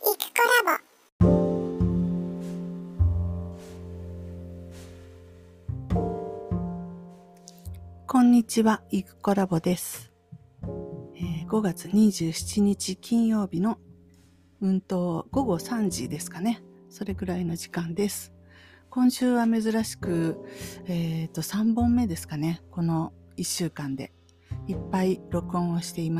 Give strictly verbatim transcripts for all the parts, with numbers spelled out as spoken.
イクコラボ。 こんにちは、イクコラボです、えー、ごがつにじゅうしちにち金曜日のうんとごごさんじですかね。それくらいの時間です。今週は珍しく、えー、とさんぼんめですかね。このいっしゅうかんでいっぱい録音をしています。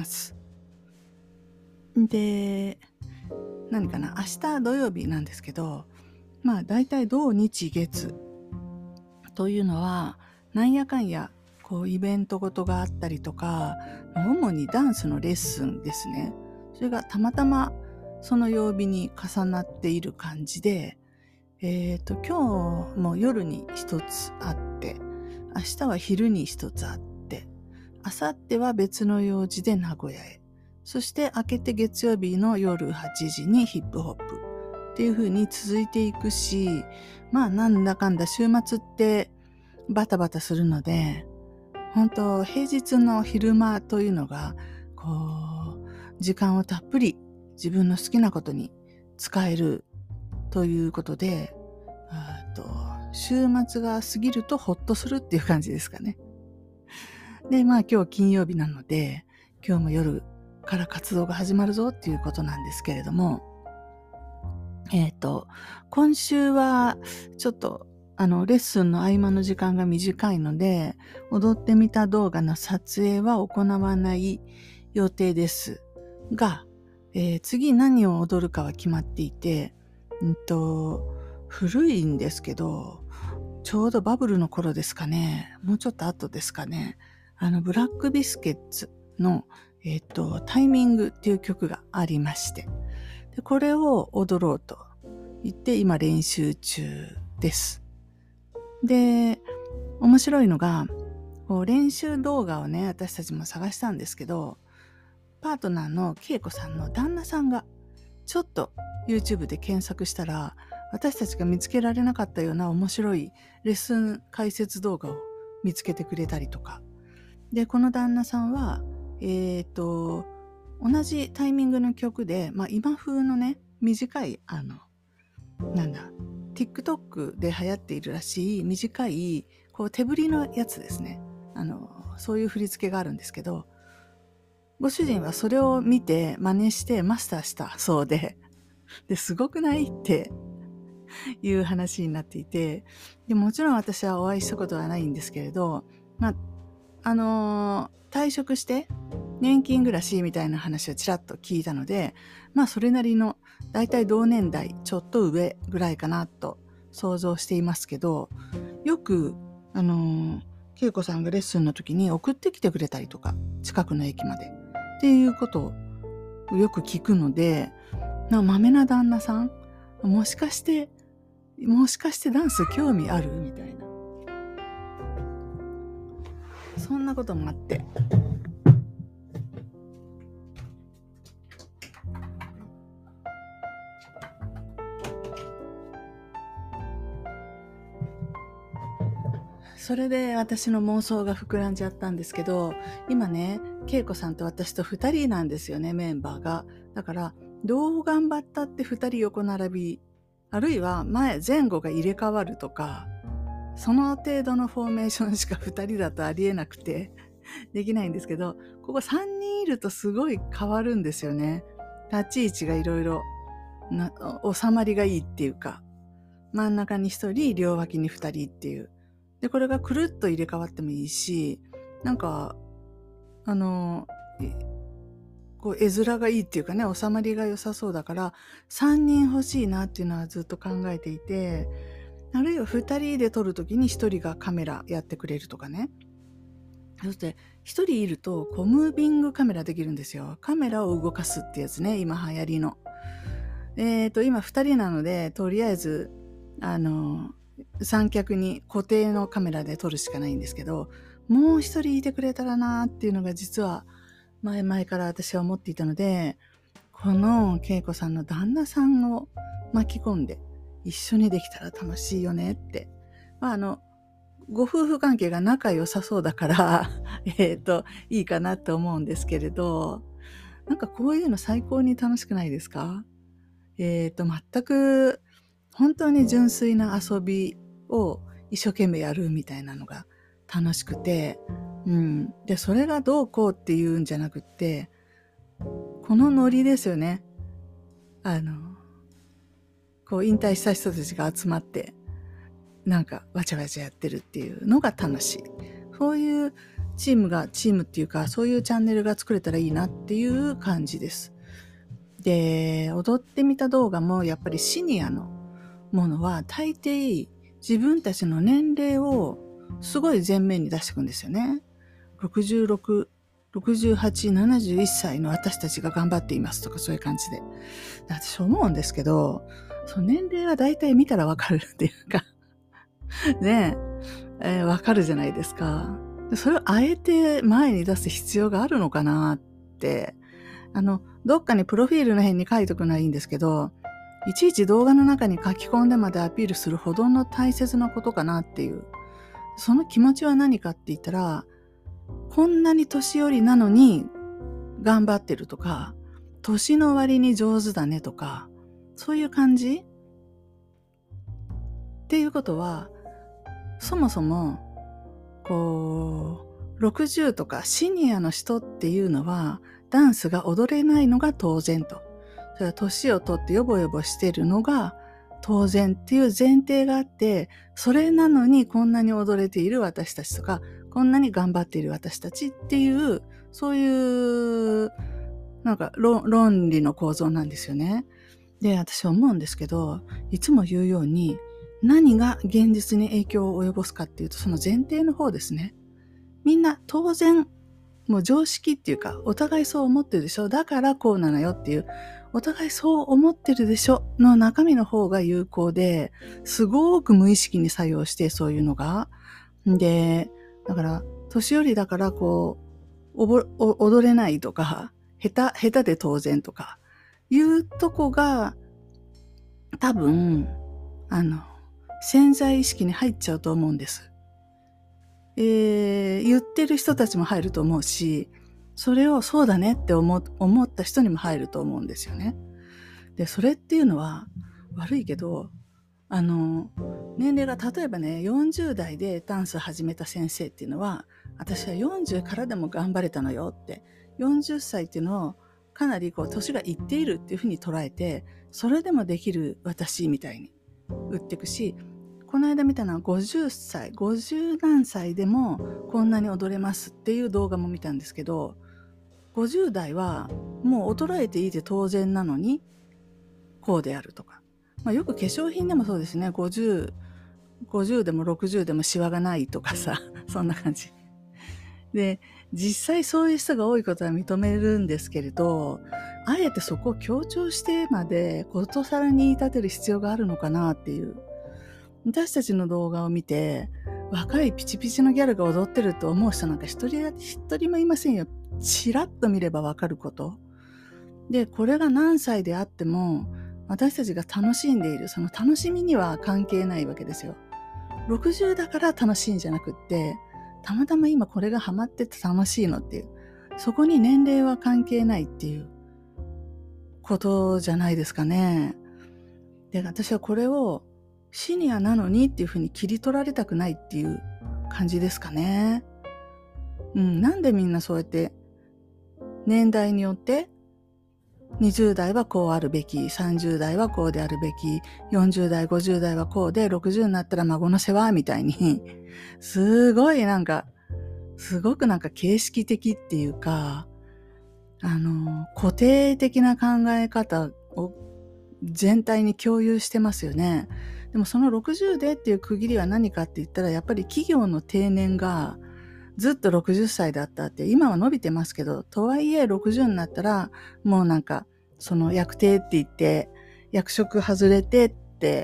で、何かな、明日土曜日なんですけど、まあだいたい土日月というのはなんやかんやこうイベントごとがあったりとか、主にダンスのレッスンですね。それがたまたまその曜日に重なっている感じで、えっと今日も夜に一つあって、明日は昼に一つあって、明後日は別の用事で名古屋へ、そして明けて月曜日の夜はちじにヒップホップっていう風に続いていくし、まあなんだかんだ週末ってバタバタするので、本当平日の昼間というのがこう時間をたっぷり自分の好きなことに使えるということで、あと週末が過ぎるとホッとするっていう感じですかね。で、まあ今日金曜日なので、今日も夜から活動が始まるぞっていうことなんですけれども、えっと今週はちょっとあのレッスンの合間の時間が短いので、踊ってみた動画の撮影は行わない予定ですが、えー、次何を踊るかは決まっていて、うんと古いんですけど、ちょうどバブルの頃ですかね、もうちょっと後ですかね、あのブラックビスケッツの、えっとタイミングっていう曲がありまして、でこれを踊ろうと言って今練習中です。で、面白いのが、こう練習動画をね、私たちも探したんですけど、パートナーの恵子さんの旦那さんがちょっと YouTube で検索したら、私たちが見つけられなかったような面白いレッスン解説動画を見つけてくれたりとか。で、この旦那さんは、えっと、同じタイミングの曲で、まあ今風のね、短い、あの、なんだ、TikTok で流行っているらしい短いこう手振りのやつですね。あのそういう振り付けがあるんですけど、ご主人はそれを見て真似してマスターしたそうで、ですごくないっていう話になっていて、でもちろん私はお会いしたことはないんですけれど、まああのー、退職して年金暮らしみたいな話をちらっと聞いたので、まあそれなりのだいたい同年代ちょっと上ぐらいかなと想像していますけど、よくあのー、恵子さんがレッスンの時に送ってきてくれたりとか、近くの駅までっていうことをよく聞くので、まめな旦那さん、もしかしてもしかしてダンス興味あるみたいな、そんなこともあって、それで私の妄想が膨らんじゃったんですけど、今ね、恵子さんと私とふたりなんですよね、メンバーが。だからどう頑張ったってふたり横並び、あるいは前前後が入れ替わるとか、その程度のフォーメーションしかふたりだとありえなくてできないんですけど、ここさんにんいるとすごい変わるんですよね。立ち位置がいろいろ収まりがいいっていうか、真ん中にひとり、両脇にふたりっていう。で、これがくるっと入れ替わってもいいし、なんか、あの、こう絵面がいいっていうかね、収まりが良さそうだから、さんにん欲しいなっていうのはずっと考えていて、あるいはふたりで撮るときにひとりがカメラやってくれるとかね。そしてひとりいるとこうムービングカメラできるんですよ。カメラを動かすってやつね、今流行りの。えっと、今ふたりなので、とりあえず、あの、三脚に固定のカメラで撮るしかないんですけど、もう一人いてくれたらなっていうのが実は前々から私は思っていたので、この恵子さんの旦那さんを巻き込んで一緒にできたら楽しいよねって。まあ、あの、ご夫婦関係が仲良さそうだから、えっと、いいかなと思うんですけれど、なんかこういうの最高に楽しくないですか？ えっと、全く本当に純粋な遊びを一生懸命やるみたいなのが楽しくて、うん。で、それがどうこうっていうんじゃなくって、このノリですよね。あの、こう引退した人たちが集まって、なんかわちゃわちゃやってるっていうのが楽しい。そういうチームが、チームっていうか、そういうチャンネルが作れたらいいなっていう感じです。で、踊ってみた動画もやっぱりシニアのものは大抵自分たちの年齢をすごい前面に出していくんですよね。ろくじゅうろく、ろくじゅうはち、ななじゅういっさいの私たちが頑張っていますとかそういう感じで。私思うんですけど、その年齢は大体見たらわかるっていうかねえ、えー、わかるじゃないですか。それをあえて前に出す必要があるのかなって、あの、どっかにプロフィールの辺に書いとくのはいいんですけど、いちいち動画の中に書き込んでまでアピールするほどの大切なことかなっていう。その気持ちは何かって言ったら、こんなに年寄りなのに頑張ってるとか、年の割に上手だねとか、そういう感じっていうことは、そもそも、こう、ろくじゅうとかシニアの人っていうのは、ダンスが踊れないのが当然と。それは年をとってヨボヨボしてるのが当然っていう前提があって、それなのにこんなに踊れている私たちとか、こんなに頑張っている私たちっていう、そういう、なんか論論理の構造なんですよね。で、私は思うんですけど、いつも言うように、何が現実に影響を及ぼすかっていうと、その前提の方ですね。みんな当然、もう常識っていうか、お互いそう思ってるでしょ。だからこうなのよっていう、お互いそう思ってるでしょの中身の方が有効で、すごく無意識に作用して、そういうのが。で、だから、年寄りだからこう、おぼお踊れないとか、下手、下手で当然とか、いうとこが、多分、あの、潜在意識に入っちゃうと思うんです。えー、言ってる人たちも入ると思うし、それをそうだねって思思った人にも入ると思うんですよね。で、それっていうのは悪いけど、あの、年齢が例えばね、よんじゅう代でダンス始めた先生っていうのは、私はよんじゅうからでも頑張れたのよって、よんじゅっさいっていうのをかなりこう年がいっているっていうふうに捉えて、それでもできる私みたいに売っていくし、この間見たのはごじゅっさい、ごじゅう何歳でもこんなに踊れますっていう動画も見たんですけど、ごじゅう代はもう衰えていて当然なのにこうであるとか、まあ、よく化粧品でもそうですね。ごじゅう、ごじゅうでもろくじゅうでもシワがないとかさ、そんな感じで、実際そういう人が多いことは認めるんですけれど、あえてそこを強調してまでことさらに言い立てる必要があるのかなっていう。私たちの動画を見て、若いピチピチのギャルが踊ってると思う人なんか一人、一人もいませんよ。チラッと見ればわかること。で、これが何歳であっても、私たちが楽しんでいる、その楽しみには関係ないわけですよ。ろくじゅうだから楽しいんじゃなくって、たまたま今これがハマってて楽しいのっていう、そこに年齢は関係ないっていうことじゃないですかね。で、私はこれをシニアなのにっていうふうに切り取られたくないっていう感じですかね。うん、なんでみんなそうやって年代によってにじゅう代はこうあるべき、さんじゅう代はこうであるべき、よんじゅう代、ごじゅう代はこうで、ろくじゅうになったら孫の世話みたいに、すごいなんか、すごくなんか形式的っていうか、あの、固定的な考え方を全体に共有してますよね。でもそのろくじゅうでっていう区切りは何かって言ったら、やっぱり企業の定年がずっとろくじゅっさいだったって、今は伸びてますけど、とはいえろくじゅうになったら、もうなんか、その役定って言って、役職外れてって、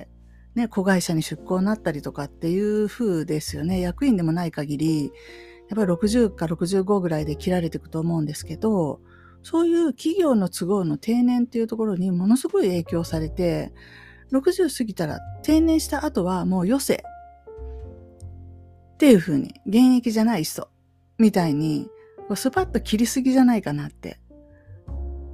ね、子会社に出向になったりとかっていう風ですよね。役員でもない限り、やっぱりろくじゅうかろくじゅうごぐらいで切られていくと思うんですけど、そういう企業の都合の定年っていうところにものすごい影響されて、ろくじゅう過ぎたら定年した後はもう余生っていう風に、現役じゃない人みたいに、スパッと切りすぎじゃないかなって。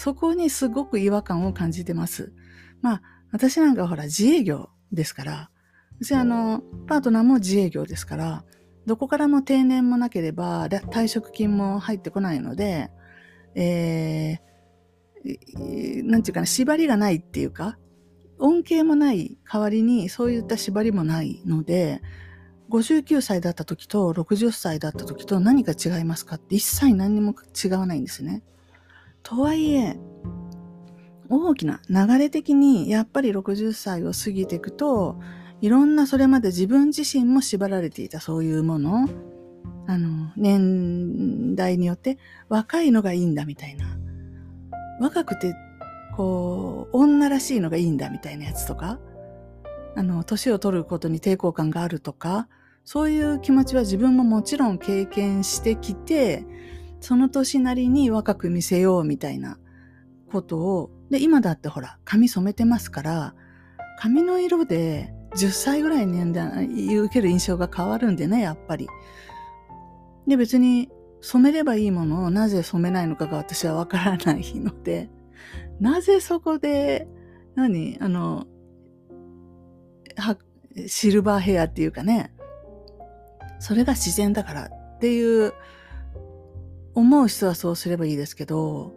そこにすごく違和感を感じてます。まあ、私なんかほら自営業ですから、私あの、パートナーも自営業ですから、どこからも定年もなければ、退職金も入ってこないので、えー、なんていうかな、縛りがないっていうか、恩恵もない代わりにそういった縛りもないので、ごじゅうきゅうさいだった時とろくじゅっさいだった時と何か違いますかって一切何にも違わないんですね。とはいえ、大きな流れ的にやっぱりろくじゅっさいを過ぎていくと、いろんなそれまで自分自身も縛られていたそういうもの、あの、年代によって若いのがいいんだみたいな。若くて、こう、女らしいのがいいんだみたいなやつとか、あの、年を取ることに抵抗感があるとか、そういう気持ちは自分ももちろん経験してきて、その年なりに若く見せようみたいなことを、で、今だってほら、髪染めてますから、髪の色でじゅっさいぐらい年代受ける印象が変わるんでね、やっぱり。で、別に染めればいいものをなぜ染めないのかが私はわからないので、なぜそこで、何あの、は、シルバーヘアっていうかね、それが自然だからっていう思う人はそうすればいいですけど、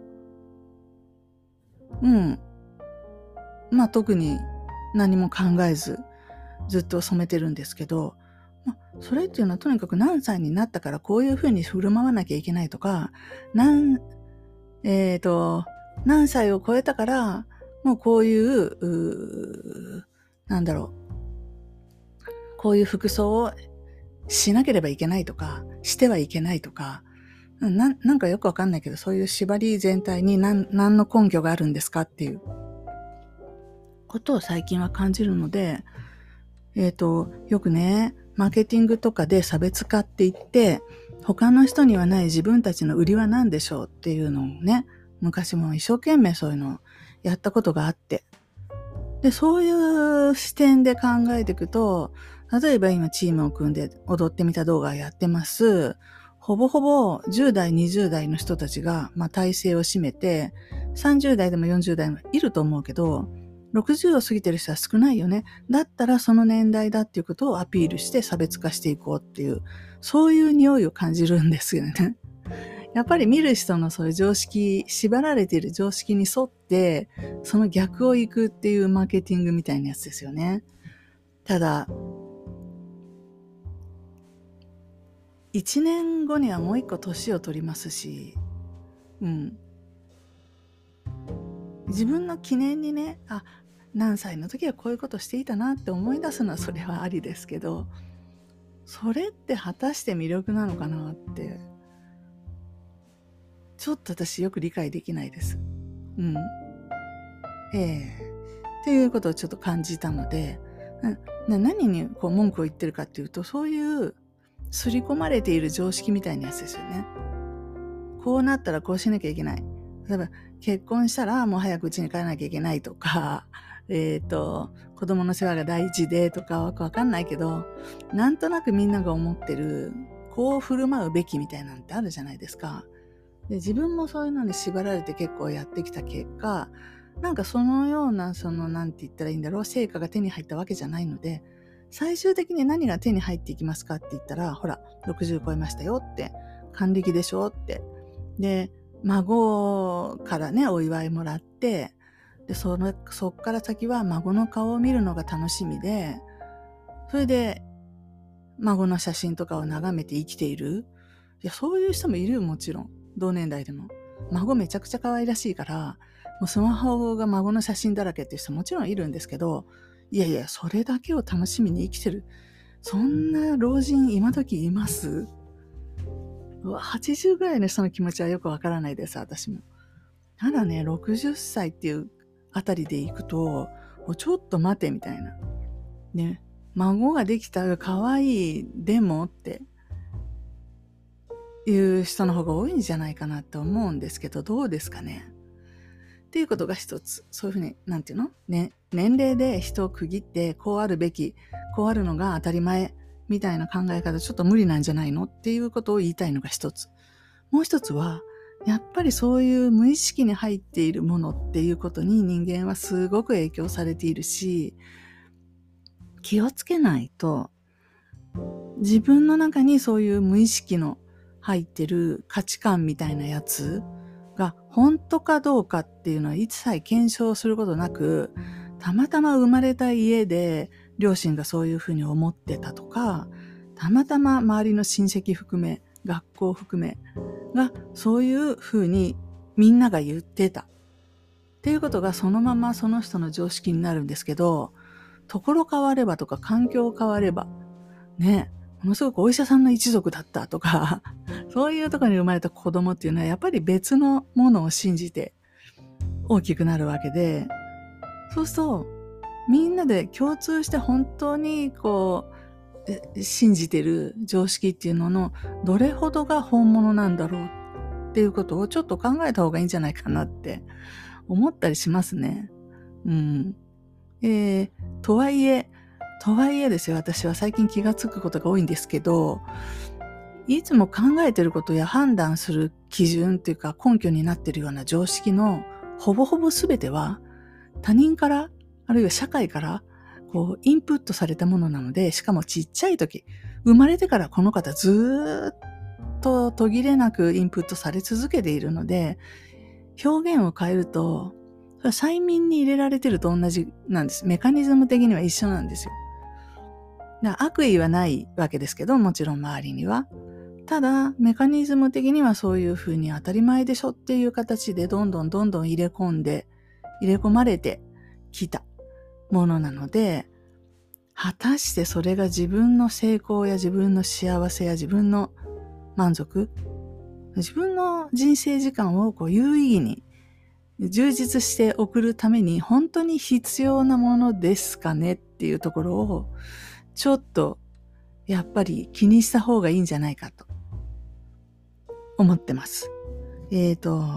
うん。まあ特に何も考えずずっと染めてるんですけど、まあ、それっていうのはとにかく何歳になったからこういうふうに振る舞わなきゃいけないとか、何、えっと、何歳を超えたからもうこういう、うーなんだろう、こういう服装をしなければいけないとか、してはいけないとか、な、なんかよくわかんないけど、そういう縛り全体に何、何の根拠があるんですかっていうことを最近は感じるので、えっと、よくね、マーケティングとかで差別化って言って、他の人にはない自分たちの売りは何でしょうっていうのをね、昔も一生懸命そういうのをやったことがあって。で、そういう視点で考えていくと、例えば今チームを組んで踊ってみた動画をやってます。ほぼほぼじゅう代、にじゅう代の人たちが、まあ、体制を占めて、さんじゅう代でもよんじゅう代もいると思うけど、ろくじゅうを過ぎてる人は少ないよね。だったらその年代だっていうことをアピールして差別化していこうっていう、そういう匂いを感じるんですよね。やっぱり見る人のそういう常識、縛られている常識に沿って、その逆を行くっていうマーケティングみたいなやつですよね。ただ、一年後にはもう一個年を取りますし、うん。自分の記念にね、あ、何歳の時はこういうことしていたなって思い出すのはそれはありですけど、それって果たして魅力なのかなって、ちょっと私よく理解できないです。うん。ええっていうことをちょっと感じたので、な何にこう文句を言ってるかっていうと、そういう刷り込まれている常識みたいなやつですよね。こうなったらこうしなきゃいけない。例えば結婚したらもう早く家に帰らなきゃいけないとか、えっと、子供の世話が大事でとかわかんないけど、なんとなくみんなが思ってる、こう振る舞うべきみたいなのってあるじゃないですか。で、自分もそういうのに縛られて結構やってきた結果、なんかそのような、その、なんて言ったらいいんだろう、成果が手に入ったわけじゃないので、最終的に何が手に入っていきますかって言ったら、ほら、ろくじゅう超えましたよって、還暦でしょって。で、孫からね、お祝いもらって、で、その、そっから先は孫の顔を見るのが楽しみで、それで、孫の写真とかを眺めて生きている。いや、そういう人もいるよ、もちろん。同年代でも。孫めちゃくちゃ可愛らしいから、もうスマホが孫の写真だらけっていう人もちろんいるんですけど、いやいや、それだけを楽しみに生きてる。そんな老人今時います？うわ、はちじゅうぐらいの人の気持ちはよくわからないです、私も。ただね、ろくじゅっさいっていうあたりで行くと、ちょっと待てみたいな。ね、孫ができたら可愛い、でもっていう人の方が多いんじゃないかなって思うんですけど、どうですかね。っていうことが一つ。そういうふうに、なんていうの、ね、年齢で人を区切って、こうあるべき、こうあるのが当たり前、みたいな考え方、ちょっと無理なんじゃないのっていうことを言いたいのが一つ。もう一つは、 やっぱりそういう無意識に入っているものっていうことに人間はすごく影響されているし、気をつけないと自分の中にそういう無意識の入ってる価値観みたいなやつが本当かどうかっていうのは一切検証することなく、たまたま生まれた家で両親がそういうふうに思ってたとか、たまたま周りの親戚含め学校含めがそういうふうにみんなが言ってたっていうことがそのままその人の常識になるんですけど、ところ変わればとか環境変わればね、ものすごくお医者さんの一族だったとかそういうところに生まれた子供っていうのはやっぱり別のものを信じて大きくなるわけで、そうするとみんなで共通して本当にこう信じてる常識っていうののどれほどが本物なんだろうっていうことをちょっと考えた方がいいんじゃないかなって思ったりしますね。うん。えー、とはいえとはいえですよ、私は最近気がつくことが多いんですけど、いつも考えてることや判断する基準っていうか根拠になっているような常識のほぼほぼ全ては他人からあるいは社会からこうインプットされたものなので、しかもちっちゃい時、生まれてからこの方ずーっと途切れなくインプットされ続けているので、表現を変えるとそれは催眠に入れられてると同じなんです。メカニズム的には一緒なんですよ。悪意はないわけですけど、もちろん周りには。ただ、メカニズム的にはそういうふうに当たり前でしょっていう形でどんどんどんどん入れ込んで、入れ込まれてきたものなので、果たしてそれが自分の成功や自分の幸せや自分の満足、自分の人生時間をこう有意義に充実して送るために本当に必要なものですかねっていうところをちょっとやっぱり気にした方がいいんじゃないかと思ってます。えっと、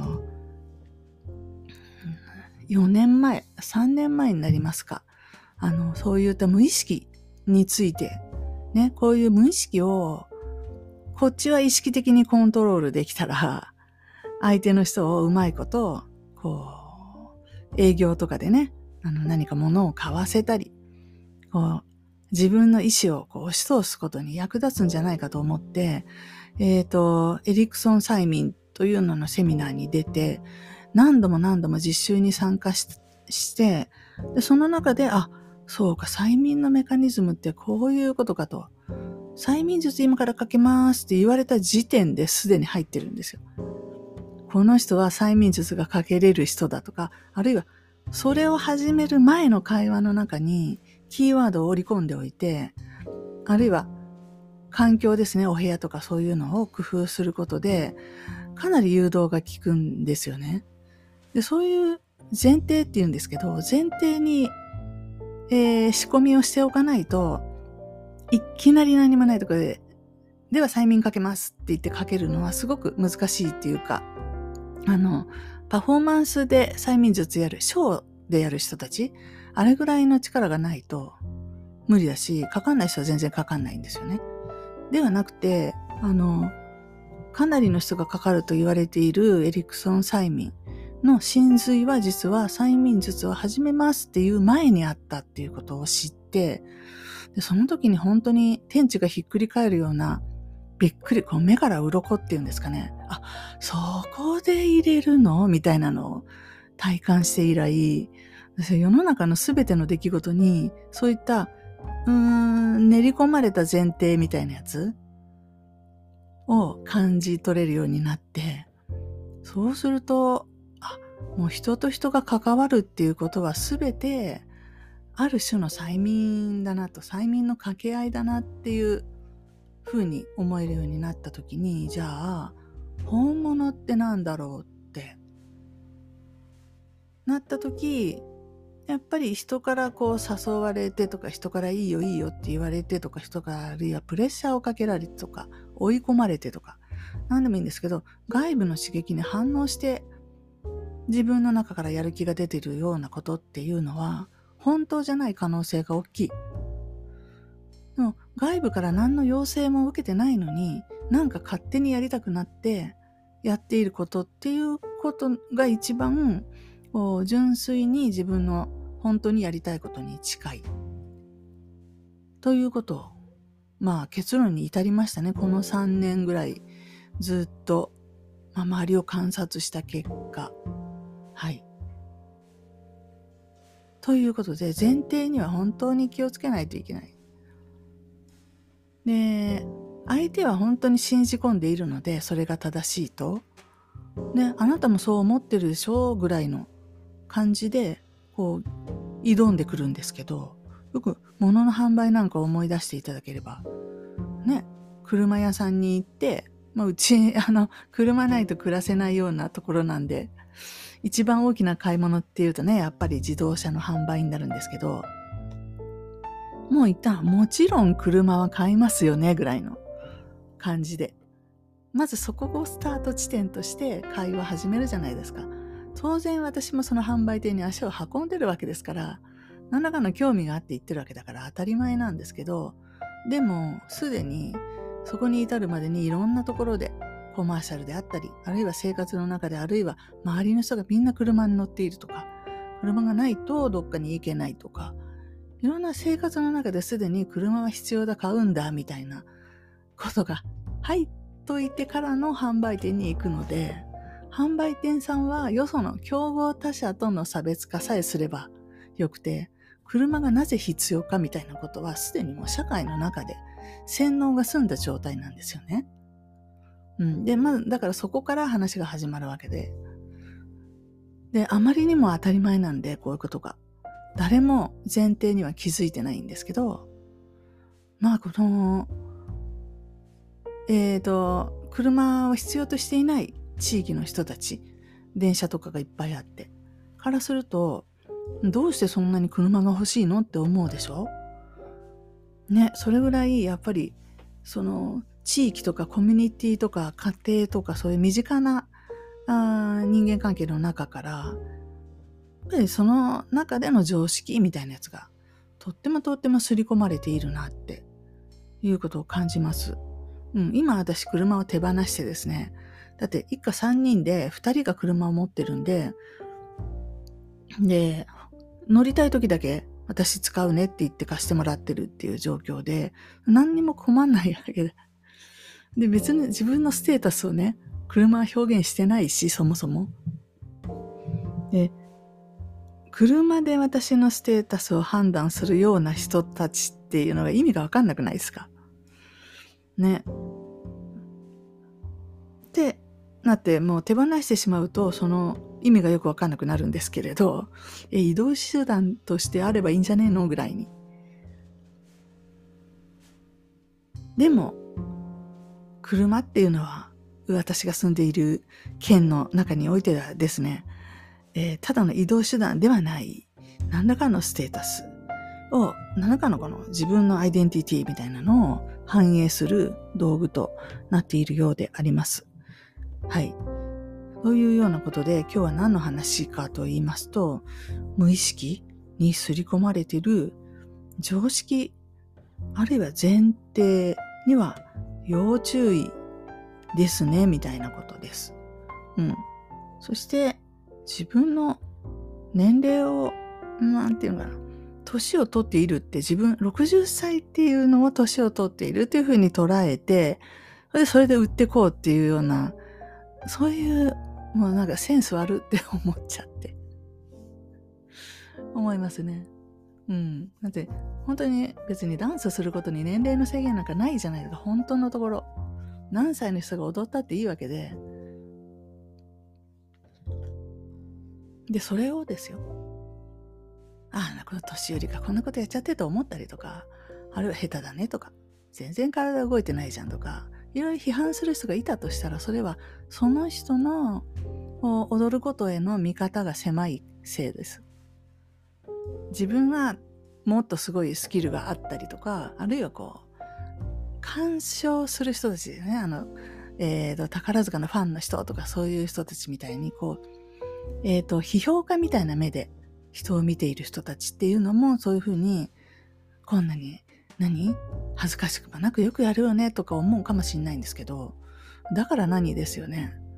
よねんまえ、さんねんまえになりますか。あの、そういった無意識について、ね、こういう無意識をこっちは意識的にコントロールできたら、相手の人をうまいこと、こう、営業とかでね、あの何か物を買わせたり、こう、自分の意思をこう押し通すことに役立つんじゃないかと思って、えっと、エリクソン催眠というののセミナーに出て、何度も何度も実習に参加 し, して、で、その中で、あ、そうか、催眠のメカニズムってこういうことかと。催眠術今からかけますって言われた時点ですでに入ってるんですよ。この人は催眠術がかけれる人だとか、あるいはそれを始める前の会話の中にキーワードを織り込んでおいて、あるいは環境ですね、お部屋とかそういうのを工夫することで、かなり誘導が効くんですよね。で、そういう前提っていうんですけど、前提に、えー、仕込みをしておかないと、いきなり何もないところで、では催眠かけますって言ってかけるのはすごく難しいっていうか、あの、パフォーマンスで催眠術やる、ショーでやる人たち、あれぐらいの力がないと無理だし、かかんない人は全然かかんないんですよね。ではなくて、あの、かなりの人がかかると言われているエリクソン催眠の真髄は実は催眠術を始めますっていう前にあったっていうことを知って、でその時に本当に天地がひっくり返るようなびっくり、こう目から鱗っていうんですかね。あ、そこで入れるのみたいなのを体感して以来、世の中のすべての出来事にそういったうーん練り込まれた前提みたいなやつを感じ取れるようになって、そうすると、あ、もう人と人が関わるっていうことはすべてある種の催眠だなと、催眠の掛け合いだなっていう風に思えるようになった時に、じゃあ本物ってなんだろうってなった時、やっぱり人からこう誘われてとか、人からいいよいいよって言われてとか、人からあるいはプレッシャーをかけられてとか、追い込まれてとか、何でもいいんですけど、外部の刺激に反応して自分の中からやる気が出てるようなことっていうのは本当じゃない可能性が大きい。でも外部から何の要請も受けてないのに、なんか勝手にやりたくなってやっていることっていうことが一番こう純粋に自分の本当にやりたいことに近いということを、まあ結論に至りましたね。このさんねんぐらいずっと、まあ、周りを観察した結果。はい。ということで、前提には本当に気をつけないといけない。で、相手は本当に信じ込んでいるので、それが正しいと。ね、あなたもそう思ってるでしょぐらいの感じで、こう、挑んでくるんですけど、よく物の販売なんか思い出していただければ、ね、車屋さんに行って、まあ、うち、あの、車ないと暮らせないようなところなんで、一番大きな買い物っていうとね、やっぱり自動車の販売になるんですけど、もう一旦、もちろん車は買いますよね、ぐらいの感じで。まずそこをスタート地点として会話始めるじゃないですか。当然私もその販売店に足を運んでるわけですから、何らかの興味があって言ってるわけだから当たり前なんですけど、でもすでにそこに至るまでにいろんなところでコマーシャルであったり、あるいは生活の中で、あるいは周りの人がみんな車に乗っているとか、車がないとどっかに行けないとか、いろんな生活の中ですでに車は必要だ、買うんだみたいなことが入ってといてからの販売店に行くので、販売店さんはよその競合他社との差別化さえすればよくて、車がなぜ必要かみたいなことはすでにもう社会の中で洗脳が済んだ状態なんですよね。うん、で、まあ、だからそこから話が始まるわけで、で、あまりにも当たり前なんで、こういうことが誰も前提には気づいてないんですけど、まあこのえーと、車を必要としていない地域の人たち、電車とかがいっぱいあって、からすると、どうしてそんなに車が欲しいのって思うでしょ？ね、それぐらいやっぱり、その地域とかコミュニティとか家庭とかそういう身近なあ人間関係の中から、やっぱりその中での常識みたいなやつが、とってもとっても刷り込まれているなっていうことを感じます。うん、今私車を手放してですね、だって一家さんにんでふたりが車を持ってるんで、で、乗りたい時だけ私使うねって言って貸してもらってるっていう状況で、何にも困んないわけで。で、別に自分のステータスをね、車は表現してないし、そもそも。で、車で私のステータスを判断するような人たちっていうのが意味がわかんなくないですか？ね。ってなってもう手放してしまうとその意味がよくわかんなくなるんですけれど、え移動手段としてあればいいんじゃねえのぐらいに。でも車っていうのは私が住んでいる県の中においてはですね、えー、ただの移動手段ではない何らかのステータスを何らかのこの自分のアイデンティティみたいなのを反映する道具となっているようであります。はい。というようなことで今日は何の話かと言いますと、無意識に刷り込まれている常識あるいは前提には要注意ですねみたいなことです。うん。そして自分の年齢をなんていうのかな、年を取っているって自分ろくじゅっさいっていうのを年を取っているっていうふうに捉えて、それでそれで売ってこうっていうようなそういうもうなんかセンス悪って思っちゃって思いますね。うん。だって本当に別にダンスすることに年齢の制限なんかないじゃないですか。本当のところ何歳の人が踊ったっていいわけで、でそれをですよ、ああこの年寄りがこんなことやっちゃってと思ったりとか、あるいは下手だねとか、全然体動いてないじゃんとか、いろいろ批判する人がいたとしたら、それはその人の踊ることへの見方が狭いせいです。自分はもっとすごいスキルがあったりとか、あるいはこう鑑賞する人たちですね、あの、えーと、宝塚のファンの人とかそういう人たちみたいにこう、えーと、批評家みたいな目で人を見ている人たちっていうのもそういうふうにこんなに何恥ずかしくもなくよくやるよねとか思うかもしれないんですけど、だから何ですよね。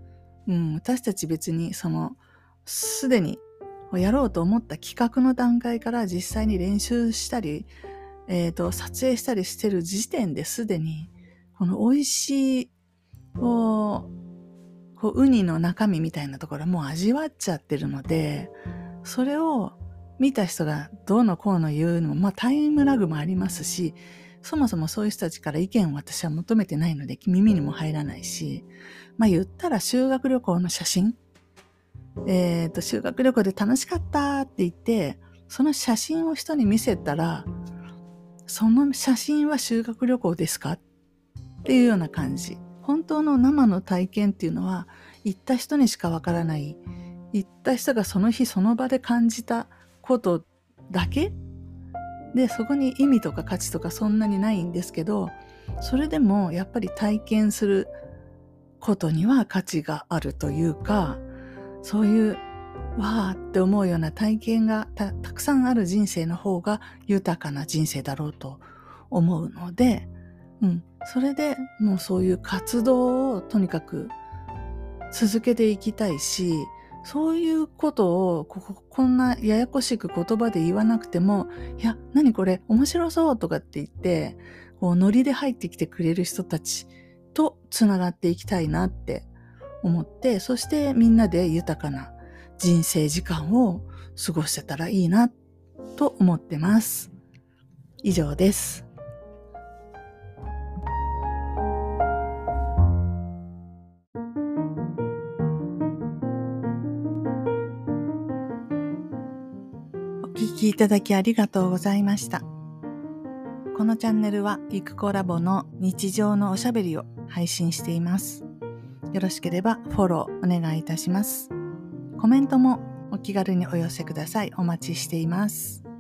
うん、私たち別にそのすでにやろうと思った企画の段階から実際に練習したり、えーと、撮影したりしてる時点ですでにこの美味しいこうこうウニの中身みたいなところもう味わっちゃってるので、それを見た人がどうのこうの言うのも、まあタイムラグもありますし、そもそもそういう人たちから意見を私は求めてないので耳にも入らないし、まあ言ったら修学旅行の写真、えっと修学旅行で楽しかったって言ってその写真を人に見せたら、その写真は修学旅行ですかっていうような感じ。本当の生の体験っていうのは行った人にしかわからない、行った人がその日その場で感じたことだけで、そこに意味とか価値とかそんなにないんですけど、それでもやっぱり体験することには価値があるというか、そういうわーって思うような体験が た, たくさんある人生の方が豊かな人生だろうと思うので、うん、それでもうそういう活動をとにかく続けていきたいし、そういうことを こ, こんなややこしく言葉で言わなくても、いや何これ面白そうとかって言ってこうノリで入ってきてくれる人たちとつながっていきたいなって思って、そしてみんなで豊かな人生時間を過ごせたらいいなと思ってます。以上です。お聞きいただきありがとうございました。このチャンネルはゆくこラボの日常のおしゃべりを配信しています。よろしければフォローお願いいたします。コメントもお気軽にお寄せください。お待ちしています。